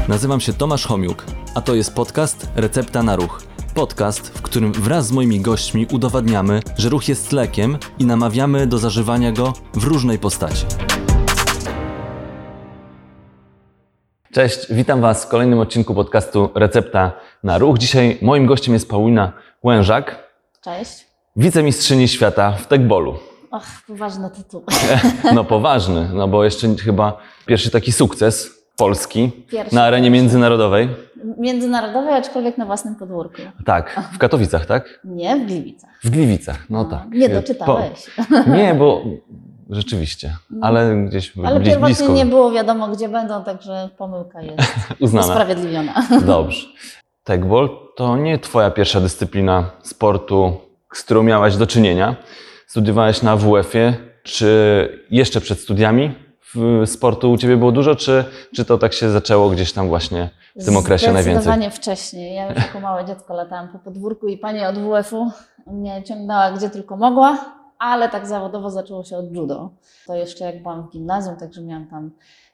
Nazywam się Tomasz Homiuk, a to jest podcast Recepta na ruch. Podcast, w którym wraz z moimi gośćmi udowadniamy, że ruch jest lekiem i namawiamy do zażywania go w różnej postaci. Cześć, witam Was w kolejnym odcinku podcastu Recepta na ruch. Dzisiaj moim gościem jest Paulina Łężak, Cześć. wicemistrzyni świata w tekbolu. Och, poważny tytuł. No poważny, no bo jeszcze chyba pierwszy taki sukces Polski Pierwszy, na arenie międzynarodowej. Międzynarodowej, aczkolwiek na własnym podwórku. Tak, w Katowicach, tak? Nie, w Gliwicach. W Gliwicach, no tak. Nie doczytałeś. Nie, bo rzeczywiście, ale gdzieś Ale gdzieś pierwotnie blisko. nie było wiadomo, gdzie będą, także pomyłka jest Uznana. usprawiedliwiona. Dobrze. Tekbol to nie Twoja pierwsza dyscyplina sportu, z którą miałaś do czynienia. Studiowałaś na WF-ie. Czy jeszcze przed studiami sportu u Ciebie było dużo, czy to tak się zaczęło gdzieś tam właśnie w tym okresie najwięcej? Zdecydowanie wcześniej. Ja już jako małe dziecko latałam po podwórku i pani od WF-u mnie ciągnęła gdzie tylko mogła, ale tak zawodowo zaczęło się od judo. To jeszcze jak byłam w gimnazjum, także miałam tam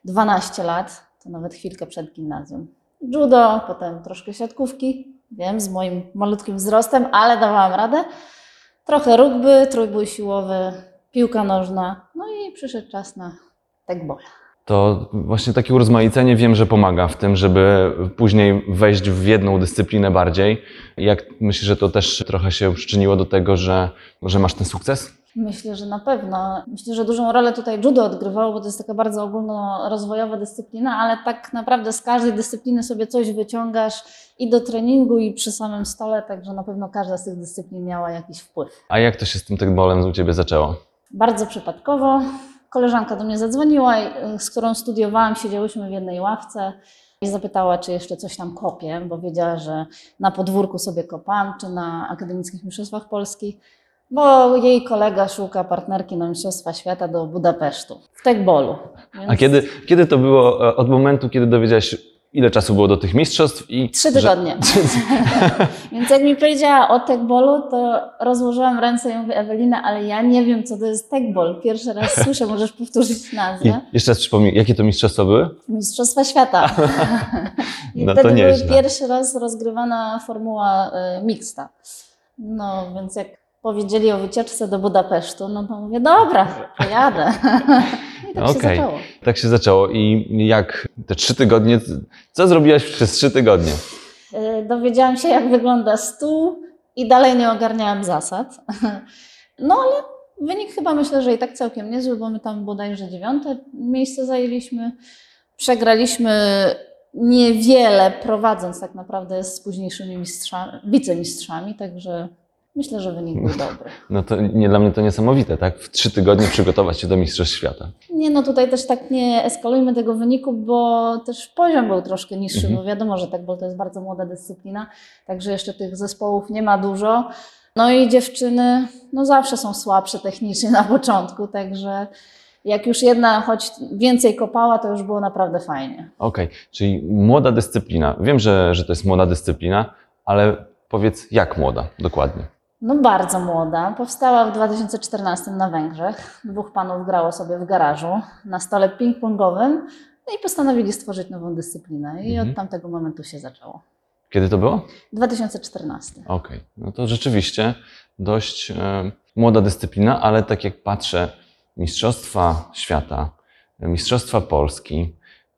12 lat, to nawet chwilkę przed gimnazjum. Judo, potem troszkę siatkówki, wiem, z moim malutkim wzrostem, ale dawałam radę. Trochę rugby, trójbój siłowy, piłka nożna, no i przyszedł czas na tekbol. To właśnie takie urozmaicenie wiem, że pomaga w tym, żeby później wejść w jedną dyscyplinę bardziej. Jak myślisz, że to też trochę się przyczyniło do tego, że masz ten sukces? Myślę, że na pewno. Myślę, że dużą rolę tutaj judo odgrywało, bo to jest taka bardzo ogólnorozwojowa dyscyplina, ale tak naprawdę z każdej dyscypliny sobie coś wyciągasz i do treningu, i przy samym stole, także na pewno każda z tych dyscyplin miała jakiś wpływ. A jak to się z tym tekbolem u Ciebie zaczęło? Bardzo przypadkowo. Koleżanka do mnie zadzwoniła, z którą studiowałam, siedziałyśmy w jednej ławce i zapytała, czy jeszcze coś tam kopię, bo wiedziała, że na podwórku sobie kopałam, czy na Akademickich Mistrzostwach Polski, bo jej kolega szuka partnerki na Mistrzostwa Świata do Budapesztu w tekbolu. A kiedy to było od momentu, kiedy dowiedziałaś, ile czasu było do tych mistrzostw? 3 tygodnie. Więc jak mi powiedziała o tekbolu, to rozłożyłam ręce i mówię: Ewelina, ale ja nie wiem, co to jest tekbol. Pierwszy raz słyszę, możesz powtórzyć nazwę. I jeszcze raz przypomnij, jakie to mistrzostwa były? Mistrzostwa Świata. I No to wtedy były nieźle. pierwszy raz rozgrywana formuła mixta. No więc jak powiedzieli o wycieczce do Budapesztu, no to mówię: dobra, pojadę. I tak się zaczęło. Tak się zaczęło. I jak te 3 tygodnie, co zrobiłaś przez 3 tygodnie? Dowiedziałam się, jak wygląda stół i dalej nie ogarniałam zasad. No ale wynik chyba, myślę, że i tak całkiem niezły, bo my tam bodajże 9. miejsce zajęliśmy. Przegraliśmy niewiele, prowadząc tak naprawdę z późniejszymi wicemistrzami, także myślę, że wynik był dobry. No to dla mnie to niesamowite, tak? W 3 tygodnie przygotować się do Mistrzostw Świata. Nie, no tutaj też tak nie eskalujmy tego wyniku, bo też poziom był troszkę niższy, bo wiadomo, że tekbol to jest bardzo młoda dyscyplina, także jeszcze tych zespołów nie ma dużo. No i dziewczyny, no zawsze są słabsze technicznie na początku, także jak już jedna choć więcej kopała, to już było naprawdę fajnie. Okej, czyli młoda dyscyplina. Wiem, że to jest młoda dyscyplina, ale powiedz, jak młoda dokładnie? No bardzo młoda. Powstała w 2014 na Węgrzech. 2 panów grało sobie w garażu na stole ping-pongowym, no i postanowili stworzyć nową dyscyplinę i od tamtego momentu się zaczęło. Kiedy to było? 2014. Okej, no to rzeczywiście dość młoda dyscyplina, ale tak jak patrzę, Mistrzostwa Świata, Mistrzostwa Polski,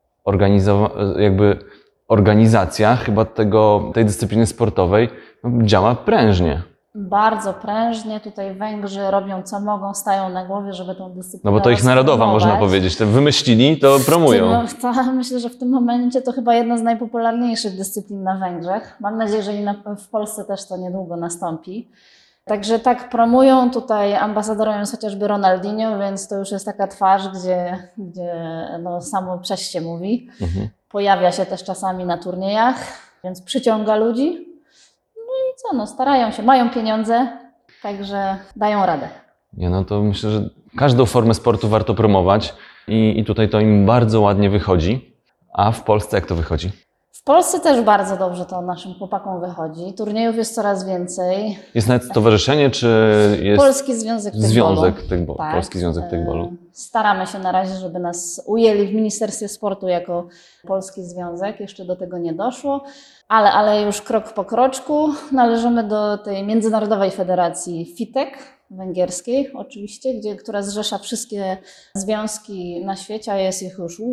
organizacja chyba tej dyscypliny sportowej działa prężnie. Bardzo prężnie. Tutaj Węgrzy robią co mogą, stają na głowie, żeby tą dyscyplinę No bo to ich narodowa, rozpromować. można powiedzieć. Te wymyślili, to promują. Myślę, że w tym momencie to chyba jedna z najpopularniejszych dyscyplin na Węgrzech. Mam nadzieję, że w Polsce też to niedługo nastąpi. Także tak promują. Tutaj ambasadorem jest chociażby Ronaldinho, więc to już jest taka twarz, gdzie no, samo przez się mówi. Pojawia się też czasami na turniejach, więc przyciąga ludzi. No i co, no starają się, mają pieniądze, także dają radę. Nie, no to myślę, że każdą formę sportu warto promować i tutaj to im bardzo ładnie wychodzi. A w Polsce jak to wychodzi? W Polsce też bardzo dobrze to naszym chłopakom wychodzi. Turniejów jest coraz więcej. Jest nawet stowarzyszenie, czy jest Polski Związek Tagbolu. Związek Tagbolu? Tak. Polski Związek Tagbolu. Staramy się na razie, żeby nas ujęli w Ministerstwie Sportu jako Polski Związek. Jeszcze do tego nie doszło, ale już krok po kroczku. Należymy do tej Międzynarodowej Federacji FITEC węgierskiej oczywiście, która zrzesza wszystkie związki na świecie, a jest ich już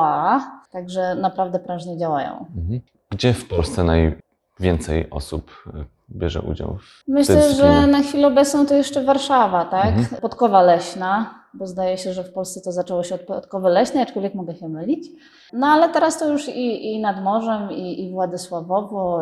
także naprawdę prężnie działają. Gdzie w Polsce najwięcej osób bierze udział w tej Myślę, dyscyplinie? że na chwilę obecną to jeszcze Warszawa, tak? Podkowa Leśna, bo zdaje się, że w Polsce to zaczęło się od Podkowy Leśnej, aczkolwiek mogę się mylić. No ale teraz to już i nad morzem, i Władysławowo,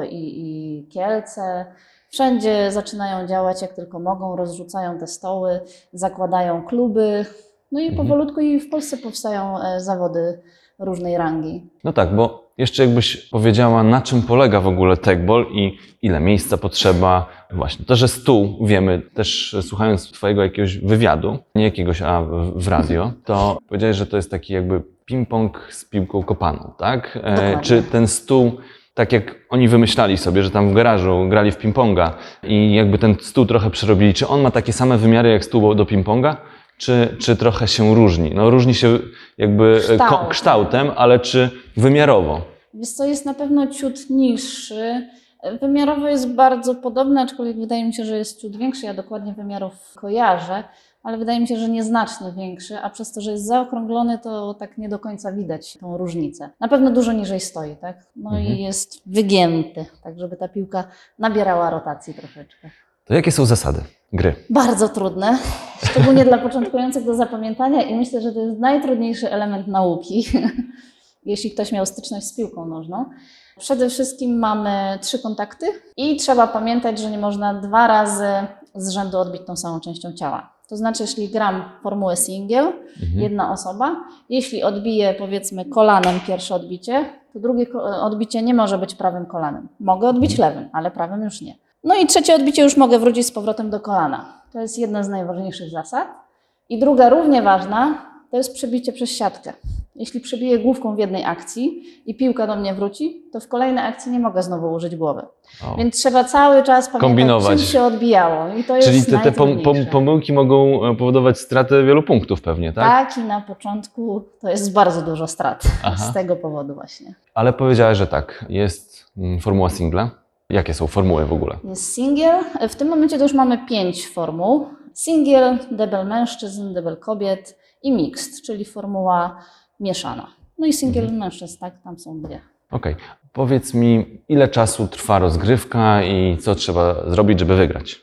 i Kielce. Wszędzie zaczynają działać jak tylko mogą, rozrzucają te stoły, zakładają kluby. No i powolutku i w Polsce powstają zawody różnej rangi. No tak, bo jeszcze jakbyś powiedziała, na czym polega w ogóle tagball i ile miejsca potrzeba. Właśnie, to, że stół, wiemy, też słuchając twojego jakiegoś wywiadu, nie jakiegoś, a w radio, to powiedziałeś, że to jest taki jakby ping-pong z piłką kopaną, tak? Dokładnie. Czy ten stół, tak jak oni wymyślali sobie, że tam w garażu grali w ping-ponga i jakby ten stół trochę przerobili, czy on ma takie same wymiary jak stół do ping-ponga? Czy trochę się różni? No różni się jakby kształtem, ale czy wymiarowo? Wiesz co, jest na pewno ciut niższy. Wymiarowo jest bardzo podobny, aczkolwiek wydaje mi się, że jest ciut większy. Ja dokładnie wymiarów kojarzę, ale wydaje mi się, że nieznacznie większy, a przez to, że jest zaokrąglony, to tak nie do końca widać tą różnicę. Na pewno dużo niżej stoi, tak? No i jest wygięty, tak żeby ta piłka nabierała rotacji troszeczkę. To jakie są zasady gry? Bardzo trudne, szczególnie dla początkujących do zapamiętania i myślę, że to jest najtrudniejszy element nauki, jeśli ktoś miał styczność z piłką nożną. Przede wszystkim mamy 3 kontakty i trzeba pamiętać, że nie można 2 razy z rzędu odbić tą samą częścią ciała. To znaczy, jeśli gram formułę singiel, jedna osoba, jeśli odbije powiedzmy kolanem pierwsze odbicie, to drugie odbicie nie może być prawym kolanem. Mogę odbić lewym, ale prawym już nie. No i trzecie odbicie już mogę wrócić z powrotem do kolana. To jest jedna z najważniejszych zasad. I druga, równie ważna, to jest przebicie przez siatkę. Jeśli przebiję główką w jednej akcji i piłka do mnie wróci, to w kolejnej akcji nie mogę znowu użyć głowy. Więc trzeba cały czas pamiętać, Kombinować. czym się odbijało. I to Czyli jest te pomyłki mogą powodować stratę wielu punktów pewnie, tak? Tak, i na początku to jest bardzo dużo strat z tego powodu właśnie. Ale powiedziałaś, że tak, jest formuła singla. Jakie są formuły w ogóle? Jest singiel. W tym momencie to już mamy 5 formuł. Singiel, double mężczyzn, double kobiet i mixed, czyli formuła mieszana. No i singiel mężczyzn, tak, tam są 2. Okej. Powiedz mi, ile czasu trwa rozgrywka i co trzeba zrobić, żeby wygrać?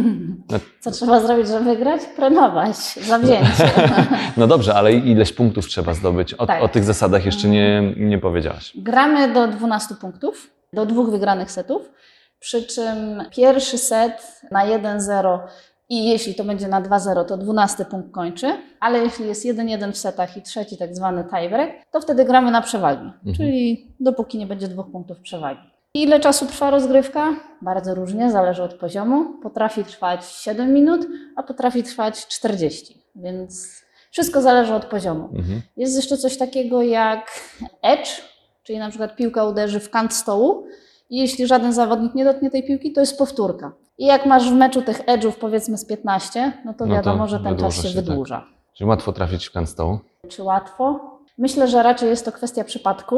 Co trzeba zrobić, żeby wygrać? Trenować, zawzięcie. No dobrze, ale ileś punktów trzeba zdobyć? Tak. O tych zasadach jeszcze nie powiedziałaś. Gramy do 12 punktów, do 2 wygranych setów, przy czym pierwszy set na 1-0 i jeśli to będzie na 2-0, to 12 punkt kończy, ale jeśli jest 1-1 w setach i trzeci tak zwany tiebreak, to wtedy gramy na przewagi, czyli dopóki nie będzie 2 punktów przewagi. Ile czasu trwa rozgrywka? Bardzo różnie, zależy od poziomu. Potrafi trwać 7 minut, a potrafi trwać 40, więc wszystko zależy od poziomu. Jest jeszcze coś takiego jak edge, czyli na przykład piłka uderzy w kant stołu i jeśli żaden zawodnik nie dotknie tej piłki, to jest powtórka. I jak masz w meczu tych edge'ów powiedzmy z 15, no to wiadomo, że ten czas się wydłuża. Tak. Czyli łatwo trafić w kant stołu? Czy łatwo? Myślę, że raczej jest to kwestia przypadku.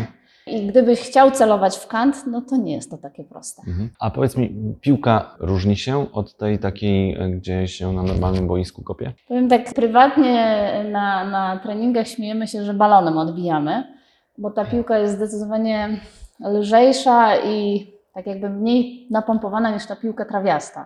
I gdybyś chciał celować w kant, no to nie jest to takie proste. A powiedz mi, piłka różni się od tej takiej, gdzie się na normalnym boisku kopie? Powiem tak, prywatnie na treningach śmiejemy się, że balonem odbijamy, bo ta piłka jest zdecydowanie lżejsza i tak jakby mniej napompowana niż ta piłka trawiasta.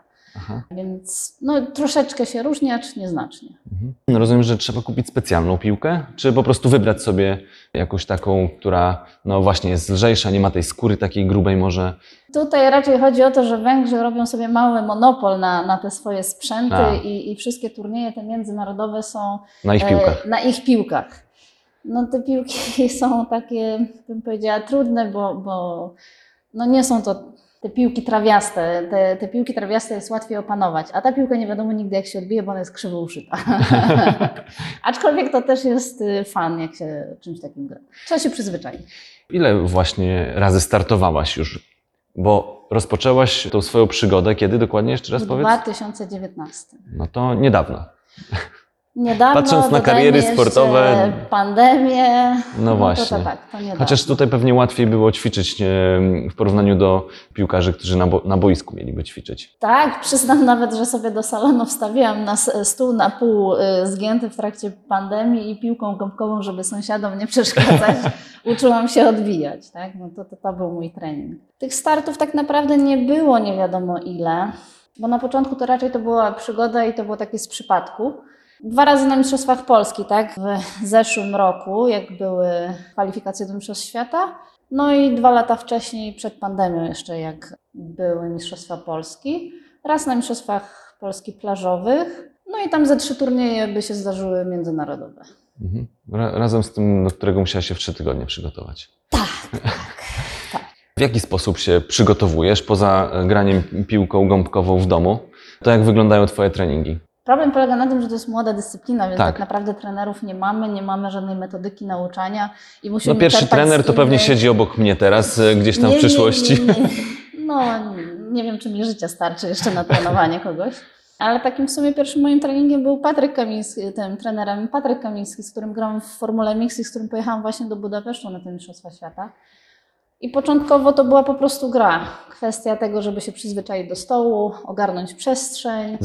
Więc no, troszeczkę się różni, acz nieznacznie. Rozumiem, że trzeba kupić specjalną piłkę, czy po prostu wybrać sobie jakąś taką, która no właśnie jest lżejsza, nie ma tej skóry takiej grubej może? Tutaj raczej chodzi o to, że Węgrzy robią sobie mały monopol na te swoje sprzęty i wszystkie turnieje te międzynarodowe są na ich piłkach. Na ich piłkach. No te piłki są takie, bym powiedziała, trudne, bo no nie są to te piłki trawiaste. Te piłki trawiaste jest łatwiej opanować, a ta piłka nie wiadomo nigdy jak się odbije, bo ona jest krzywo uszyta. Aczkolwiek to też jest fan, jak się czymś takim gra. Trzeba się przyzwyczaić. Ile właśnie razy startowałaś już? Bo rozpoczęłaś tą swoją przygodę kiedy dokładnie, jeszcze raz W powiedz? 2019. No to niedawno. Niedawno, Patrząc na dodajmy kariery jeszcze sportowe- pandemię. No właśnie. To tak, to niedawno. Chociaż tutaj pewnie łatwiej było ćwiczyć w porównaniu do piłkarzy, którzy na boisku mieliby ćwiczyć. Tak, przyznam nawet, że sobie do salonu wstawiłam na stół na pół zgięty w trakcie pandemii i piłką gąbkową, żeby sąsiadom nie przeszkadzać, uczyłam się odbijać. Tak? No to był mój trening. Tych startów tak naprawdę nie było nie wiadomo ile, bo na początku to raczej to była przygoda i to było takie z przypadku. 2 razy na Mistrzostwach Polski, tak? W zeszłym roku, jak były kwalifikacje do Mistrzostw Świata. No i 2 lata wcześniej, przed pandemią jeszcze, jak były Mistrzostwa Polski. Raz na Mistrzostwach Polski plażowych. No i tam ze 3 turnieje by się zdarzyły międzynarodowe. Mhm. Razem z tym, do którego musiałaś się w 3 tygodnie przygotować. Tak. W jaki sposób się przygotowujesz poza graniem piłką gąbkową w domu? To jak wyglądają Twoje treningi? Problem polega na tym, że to jest młoda dyscyplina, więc Tak. tak naprawdę trenerów nie mamy żadnej metodyki nauczania i musimy No pierwszy czerpać trener z to pewnie innych- siedzi obok mnie teraz, gdzieś tam w przyszłości. Nie. No, nie wiem, czy mi życia starczy jeszcze na trenowanie kogoś. Ale takim w sumie pierwszym moim treningiem był Patryk Kamiński, tym trenerem Patryk Kamiński, z którym grałam w Formule Mix i z którym pojechałam właśnie do Budapesztu na te Mistrzostwa Świata. I początkowo to była po prostu gra. Kwestia tego, żeby się przyzwyczaić do stołu, ogarnąć przestrzeń,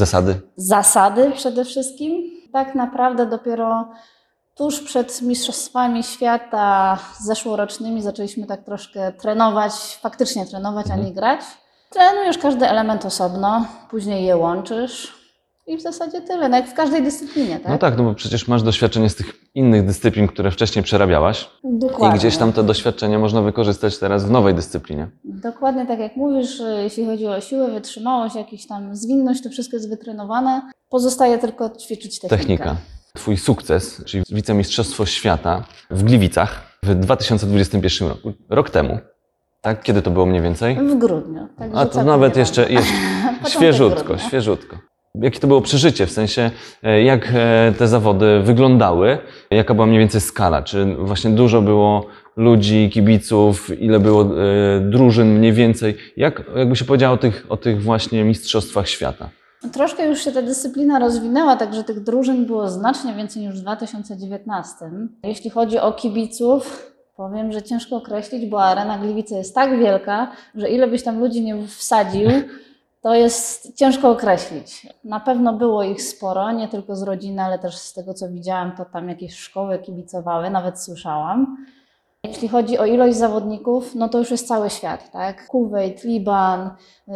zasady przede wszystkim. Tak naprawdę dopiero tuż przed Mistrzostwami Świata zeszłorocznymi zaczęliśmy tak troszkę trenować, faktycznie trenować, a nie grać. Trenujesz każdy element osobno, później je łączysz i w zasadzie tyle, no jak w każdej dyscyplinie, tak? No tak, no bo przecież masz doświadczenie z tych innych dyscyplin, które wcześniej przerabiałaś. Dokładnie. I gdzieś tam to doświadczenie można wykorzystać teraz w nowej dyscyplinie. Dokładnie tak jak mówisz, jeśli chodzi o siłę, wytrzymałość, jakąś tam zwinność, to wszystko jest wytrenowane. Pozostaje tylko ćwiczyć technikę. Twój sukces, czyli wicemistrzostwo świata w Gliwicach w 2021 roku, rok temu. Tak? Kiedy to było mniej więcej? W grudniu. Także A to całkiem nawet niedawno. jeszcze Początek świeżutko. Jakie to było przeżycie, w sensie jak te zawody wyglądały, jaka była mniej więcej skala? Czy właśnie dużo było ludzi, kibiców, ile było drużyn mniej więcej? Jakby się powiedziało o tych właśnie mistrzostwach świata? Troszkę już się ta dyscyplina rozwinęła, także tych drużyn było znacznie więcej niż w 2019. Jeśli chodzi o kibiców, powiem, że ciężko określić, bo arena Gliwice jest tak wielka, że ile byś tam ludzi nie wsadził, to jest ciężko określić. Na pewno było ich sporo, nie tylko z rodziny, ale też z tego, co widziałam, to tam jakieś szkoły kibicowały, nawet słyszałam. Jeśli chodzi o ilość zawodników, no to już jest cały świat, tak? Kuwejt, Liban,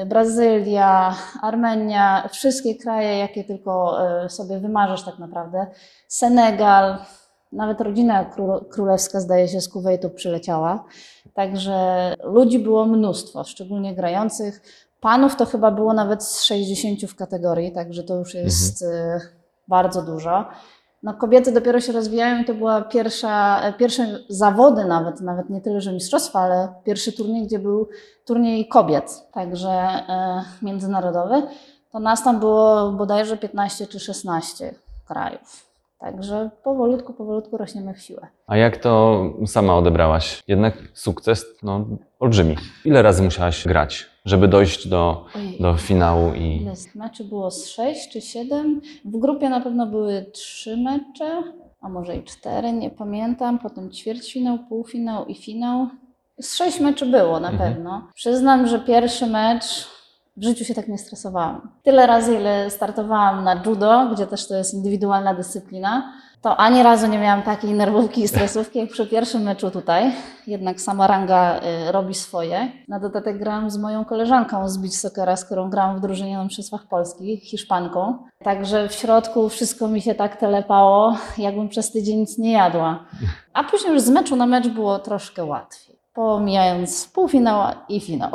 Brazylia, Armenia, wszystkie kraje, jakie tylko sobie wymarzysz tak naprawdę. Senegal, nawet rodzina królewska, zdaje się, z Kuwejtu przyleciała. Także ludzi było mnóstwo, szczególnie grających. Panów to chyba było nawet z 60 w kategorii, także to już jest bardzo dużo. No, kobiety dopiero się rozwijają i to była pierwsze zawody nawet nie tyle, że mistrzostwa, ale pierwszy turniej, gdzie był turniej kobiet, także międzynarodowy. To nas tam było bodajże 15 czy 16 krajów. Także powolutku rośniemy w siłę. A jak to sama odebrałaś? Jednak sukces, no, olbrzymi. Ile razy musiałaś grać, żeby dojść do finału? Ile meczy było? Z 6 czy 7? W grupie na pewno były 3 mecze, a może i 4, nie pamiętam. Potem ćwierćfinał, półfinał i finał. Z 6 meczy było na pewno. Przyznam, że pierwszy mecz w życiu się tak nie stresowałam. Tyle razy, ile startowałam na judo, gdzie też to jest indywidualna dyscyplina, to ani razu nie miałam takiej nerwówki i stresówki jak przy pierwszym meczu tutaj. Jednak sama ranga robi swoje. Na dodatek grałam z moją koleżanką z beach soccera, z którą grałam w drużynie na Mistrzostwach Polski, Hiszpanką. Także w środku wszystko mi się tak telepało, jakbym przez tydzień nic nie jadła. A później już z meczu na mecz było troszkę łatwiej. Pomijając półfinał i finał.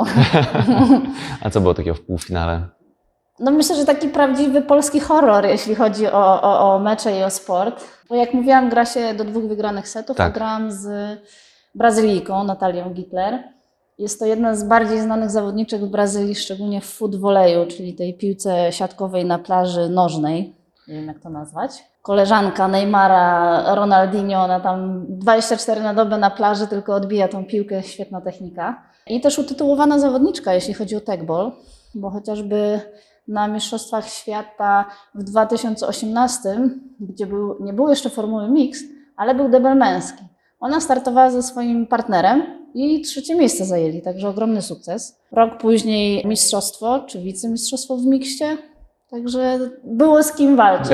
A co było takiego w półfinale? No myślę, że taki prawdziwy polski horror, jeśli chodzi o mecze i o sport. Bo jak mówiłam, gra się do 2 wygranych setów, Tak. a grałam z Brazylijką, Natalią Gittler. Jest to jedna z bardziej znanych zawodniczek w Brazylii, szczególnie w foot volleyu, czyli tej piłce siatkowej na plaży nożnej. Nie wiem, jak to nazwać. Koleżanka Neymara, Ronaldinho, ona tam 24 na dobę na plaży tylko odbija tą piłkę, świetna technika. I też utytułowana zawodniczka, jeśli chodzi o tegball, bo chociażby na Mistrzostwach Świata w 2018, gdzie nie było jeszcze formuły mixed, ale był debel męski. Ona startowała ze swoim partnerem i 3. miejsce zajęli, także ogromny sukces. Rok później mistrzostwo, czy wicemistrzostwo w mikście, także było z kim walczyć.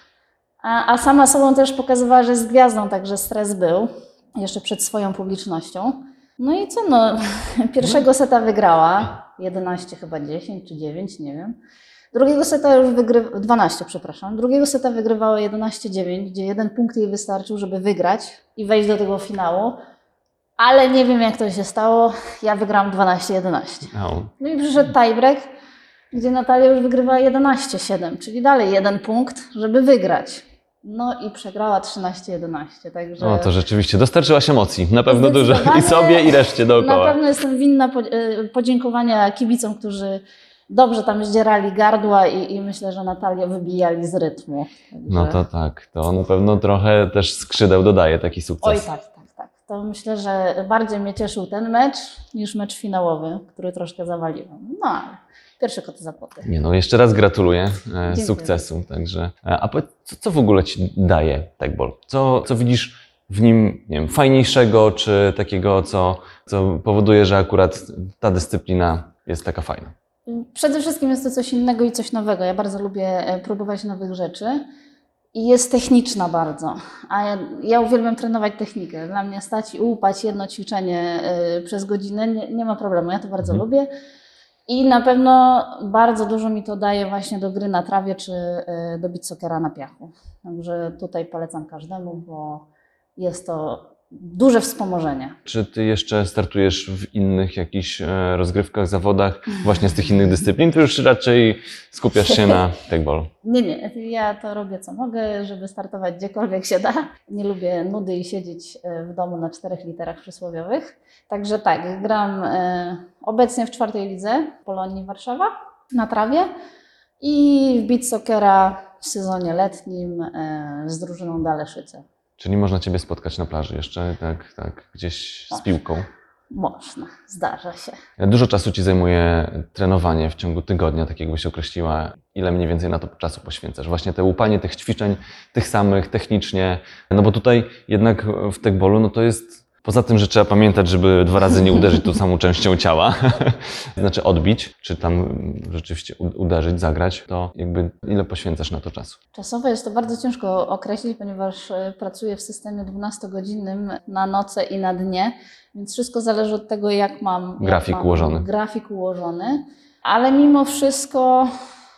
A sama sobą też pokazywała, że jest gwiazdą, także stres był, jeszcze przed swoją publicznością. No i co, pierwszego seta wygrała, 11 chyba 10 czy 9, nie wiem. Drugiego seta już 12, przepraszam. Drugiego seta wygrywała 11-9, gdzie 1 punkt jej wystarczył, żeby wygrać i wejść do tego finału. Ale nie wiem, jak to się stało. Ja wygrałam 12-11. No i przyszedł tiebreak, gdzie Natalia już wygrywała 11-7, czyli dalej 1 punkt, żeby wygrać. No i przegrała 13-11, także... No to rzeczywiście dostarczyłaś emocji, na pewno dużo i sobie i reszcie dookoła. Na pewno jestem winna podziękowania kibicom, którzy dobrze tam zdzierali gardła i myślę, że Natalię wybijali z rytmu. Także... No to tak, to na pewno trochę też skrzydeł dodaje taki sukces. Oj tak. To myślę, że bardziej mnie cieszył ten mecz niż mecz finałowy, który troszkę zawaliłam. No ale pierwsze koty za płoty. Nie no, jeszcze raz gratuluję sukcesu. Także, a powiedz, co w ogóle ci daje tegball? Co widzisz w nim, nie wiem, fajniejszego, czy takiego, co powoduje, że akurat ta dyscyplina jest taka fajna? Przede wszystkim jest to coś innego i coś nowego. Ja bardzo lubię próbować nowych rzeczy i jest techniczna bardzo. A ja uwielbiam trenować technikę. Dla mnie stać i łupać jedno ćwiczenie przez godzinę nie ma problemu. Ja to bardzo lubię. I na pewno bardzo dużo mi to daje właśnie do gry na trawie czy do beach soccera na piachu. Także tutaj polecam każdemu, bo jest to duże wspomożenie. Czy ty jeszcze startujesz w innych jakichś rozgrywkach, zawodach właśnie z tych innych dyscyplin? Ty już raczej skupiasz się na tegballu? Nie. Ja to robię co mogę, żeby startować gdziekolwiek się da. Nie lubię nudy i siedzieć w domu na 4 literach przysłowiowych. Także tak, gram obecnie w 4. lidze Polonii Warszawa na trawie i w beach soccera w sezonie letnim z drużyną Daleszyce. Czyli można ciebie spotkać na plaży jeszcze, tak gdzieś z piłką? Można, zdarza się. Dużo czasu ci zajmuje trenowanie w ciągu tygodnia, tak jakbyś określiła, ile mniej więcej na to czasu poświęcasz? Właśnie te łupanie tych ćwiczeń, tych samych, technicznie, no bo tutaj jednak w tegballu, no to jest, poza tym, że trzeba pamiętać, żeby 2 razy nie uderzyć tą samą częścią ciała, znaczy odbić, czy tam rzeczywiście uderzyć, zagrać, to jakby ile poświęcasz na to czasu? Czasowo jest to bardzo ciężko określić, ponieważ pracuję w systemie 12-godzinnym na noce i na dnie, więc wszystko zależy od tego, jak mam grafik ułożony, ale mimo wszystko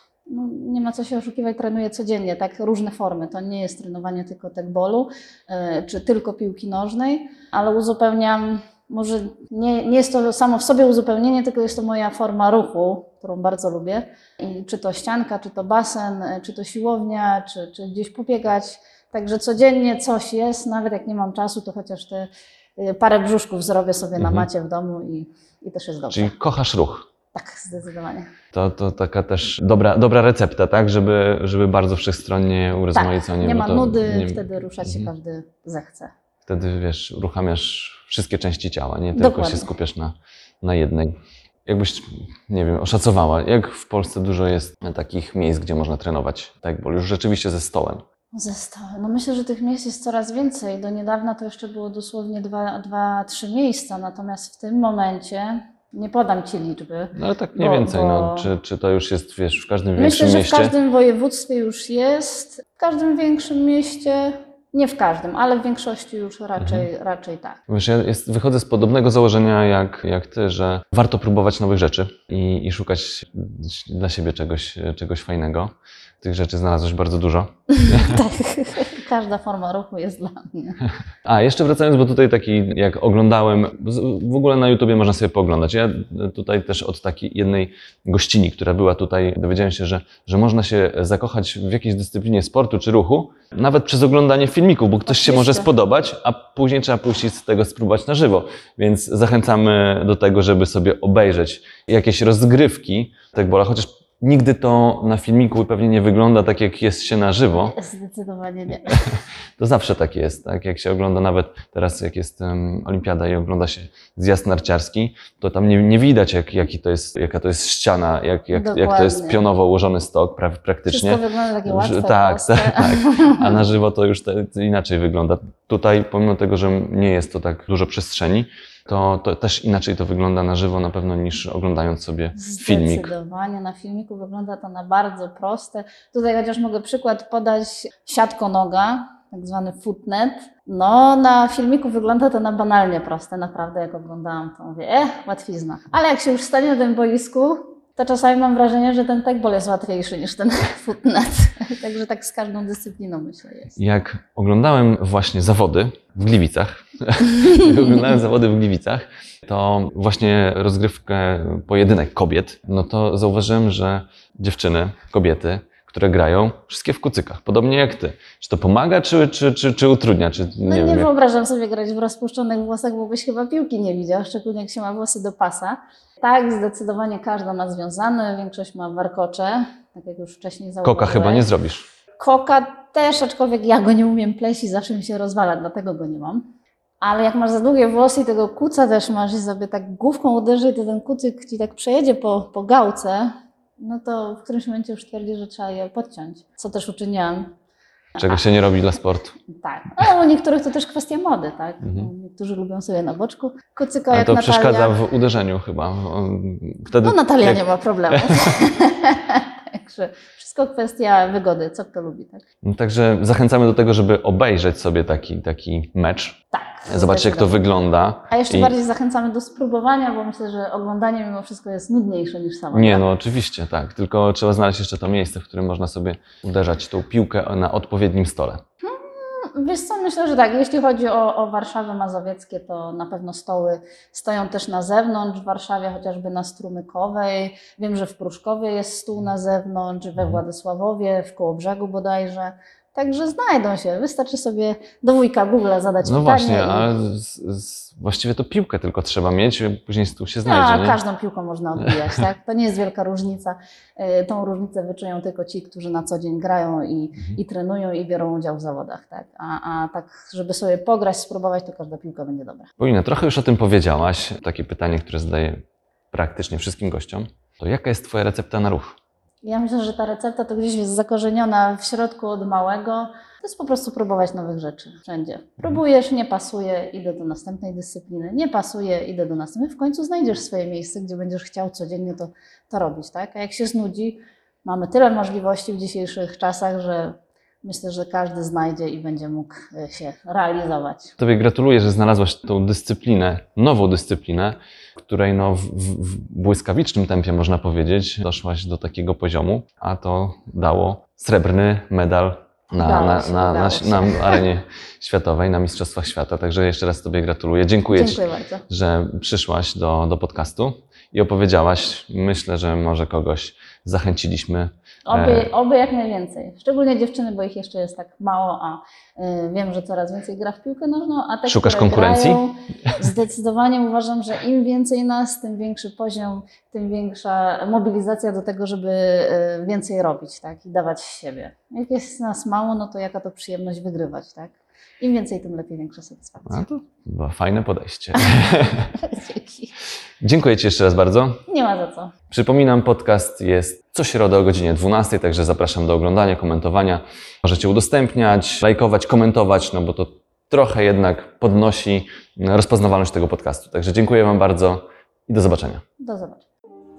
nie ma co się oszukiwać, trenuję codziennie, tak, różne formy. To nie jest trenowanie tylko tegballu, czy tylko piłki nożnej, ale uzupełniam, może nie jest to samo w sobie uzupełnienie, tylko jest to moja forma ruchu, którą bardzo lubię. I czy to ścianka, czy to basen, czy to siłownia, czy gdzieś pobiegać. Także codziennie coś jest, nawet jak nie mam czasu, to chociaż te parę brzuszków zrobię sobie na macie w domu i też jest dobrze. Czyli kochasz ruch? Tak, zdecydowanie. To taka też dobra recepta, tak? Żeby bardzo wszechstronnie urozmaicenie. Tak, nie ma nudy, wtedy ruszać się każdy zechce. Wtedy wiesz, uruchamiasz wszystkie części ciała, nie Dokładnie. tylko się skupiasz na jednej. Jakbyś, nie wiem, oszacowała, jak w Polsce dużo jest takich miejsc, gdzie można trenować tegboll, już rzeczywiście ze stołem? Ze stołem. No myślę, że tych miejsc jest coraz więcej. Do niedawna to jeszcze było dosłownie 2-3 miejsca, natomiast w tym momencie nie podam Ci liczby. No ale tak mniej więcej, no, czy to już jest, wiesz, w każdym większym mieście? Myślę, że w każdym województwie już jest, w każdym większym mieście, nie w każdym, ale w większości już raczej tak. Wiesz, ja wychodzę z podobnego założenia jak Ty, że warto próbować nowych rzeczy i szukać dla siebie czegoś fajnego. Tych rzeczy znalazłeś bardzo dużo. Tak, każda forma ruchu jest dla mnie. A, jeszcze wracając, bo tutaj taki, jak oglądałem, w ogóle na YouTubie można sobie pooglądać. Ja tutaj też od takiej jednej gościni, która była tutaj, dowiedziałem się, że można się zakochać w jakiejś dyscyplinie sportu czy ruchu, nawet przez oglądanie filmików, bo ktoś się może spodobać, a później trzeba pójść i z tego spróbować na żywo. Więc zachęcamy do tego, żeby sobie obejrzeć jakieś rozgrywki tekbola, chociaż nigdy to na filmiku pewnie nie wygląda tak, jak jest się na żywo. Zdecydowanie nie. To zawsze tak jest, tak? Jak się ogląda nawet teraz, jak jest olimpiada i ogląda się zjazd narciarski, to tam nie widać, jaka to jest ściana, jak to jest pionowo ułożony stok praktycznie. Wszystko wygląda takie łatwe, tak. A na żywo to już inaczej wygląda. Tutaj, pomimo tego, że nie jest to tak dużo przestrzeni, to też inaczej to wygląda na żywo na pewno niż oglądając sobie filmik. Zdecydowanie. Na filmiku wygląda to na bardzo proste. Tutaj chociaż mogę przykład podać, siatkonoga, tak zwany footnet. No, na filmiku wygląda to na banalnie proste, naprawdę jak oglądałam to mówię, łatwizna. Ale jak się już stanie na tym boisku, to czasami mam wrażenie, że ten tekbol jest łatwiejszy niż ten footnet. Także tak z każdą dyscypliną myślę jest. Jak oglądałem właśnie zawody w Gliwicach, to właśnie rozgrywkę pojedynek kobiet, no to zauważyłem, że dziewczyny, kobiety, które grają, wszystkie w kucykach, podobnie jak ty. Czy to pomaga, czy utrudnia? Nie wyobrażam sobie grać w rozpuszczonych włosach, bo byś chyba piłki nie widział, szczególnie jak się ma włosy do pasa. Tak, zdecydowanie każda ma związane, większość ma warkocze, tak jak już wcześniej zauważyłeś. Koka chyba nie zrobisz. Koka też, aczkolwiek ja go nie umiem pleść i zawsze mi się rozwala, dlatego go nie mam. Ale jak masz za długie włosy i tego kuca też masz i sobie tak główką uderzy, to ten kucyk ci tak przejedzie po gałce, no to w którymś momencie już twierdzi, że trzeba je podciąć, co też uczyniłam. Czego się nie robi dla sportu. Tak, no u niektórych to też kwestia mody, tak? Niektórzy lubią sobie na boczku kucyka, jak to Natalia. Przeszkadza w uderzeniu chyba. Wtedy, no Natalia nie ma problemu. Także wszystko kwestia wygody, co kto lubi, tak? Także zachęcamy do tego, żeby obejrzeć sobie taki mecz. Tak. Zobaczcie, jak to wygląda. A jeszcze bardziej zachęcamy do spróbowania, bo myślę, że oglądanie mimo wszystko jest nudniejsze niż samo. Nie, no oczywiście, tak. Tylko trzeba znaleźć jeszcze to miejsce, w którym można sobie uderzać tą piłkę na odpowiednim stole. Wiesz co, myślę, że tak. Jeśli chodzi o Warszawę Mazowieckie, to na pewno stoły stoją też na zewnątrz. W Warszawie chociażby na Strumykowej. Wiem, że w Pruszkowie jest stół na zewnątrz, we Władysławowie, w Kołobrzegu bodajże. Także znajdą się. Wystarczy sobie do wujka Google zadać pytanie. No właśnie, ale właściwie to piłkę tylko trzeba mieć, później stół się znajdzie. Tak, każdą piłką można odbijać, tak? To nie jest wielka różnica. Tą różnicę wyczują tylko ci, którzy na co dzień grają i trenują i biorą udział w zawodach, tak? A tak, żeby sobie pograć, spróbować, to każda piłka będzie dobra. Paulina, trochę już o tym powiedziałaś. Takie pytanie, które zadaję praktycznie wszystkim gościom. To jaka jest twoja recepta na ruch? Ja myślę, że ta recepta to gdzieś jest zakorzeniona w środku od małego. To jest po prostu próbować nowych rzeczy wszędzie. Próbujesz, nie pasuje, idę do następnej dyscypliny, nie pasuje, idę do następnej. W końcu znajdziesz swoje miejsce, gdzie będziesz chciał codziennie to robić, tak? A jak się znudzi, mamy tyle możliwości w dzisiejszych czasach, że myślę, że każdy znajdzie i będzie mógł się realizować. Tobie gratuluję, że znalazłaś tą dyscyplinę, nową dyscyplinę, której w błyskawicznym tempie, można powiedzieć, doszłaś do takiego poziomu, a to dało srebrny medal na arenie światowej, na Mistrzostwach Świata. Także jeszcze raz Tobie gratuluję. Dziękuję Ci, bardzo, że przyszłaś do podcastu i opowiedziałaś. Myślę, że może kogoś zachęciliśmy. Oby jak najwięcej. Szczególnie dziewczyny, bo ich jeszcze jest tak mało, a wiem, że coraz więcej gra w piłkę nożną, a te, Szukasz które konkurencji? Grają, zdecydowanie uważam, że im więcej nas, tym większy poziom, tym większa mobilizacja do tego, żeby więcej robić, tak? I dawać z siebie. Jak jest nas mało, no to jaka to przyjemność wygrywać, tak? Im więcej, tym lepiej, większa satysfakcja. A to chyba fajne podejście. Dzięki. Dziękuję Ci jeszcze raz bardzo. Nie ma za co. Przypominam, podcast jest co środę o godzinie 12, także zapraszam do oglądania, komentowania. Możecie udostępniać, lajkować, komentować, no bo to trochę jednak podnosi rozpoznawalność tego podcastu. Także dziękuję Wam bardzo i do zobaczenia. Do zobaczenia.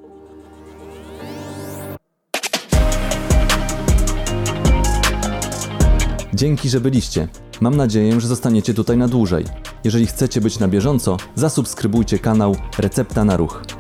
Dzięki, że byliście. Mam nadzieję, że zostaniecie tutaj na dłużej. Jeżeli chcecie być na bieżąco, zasubskrybujcie kanał Recepta na Ruch.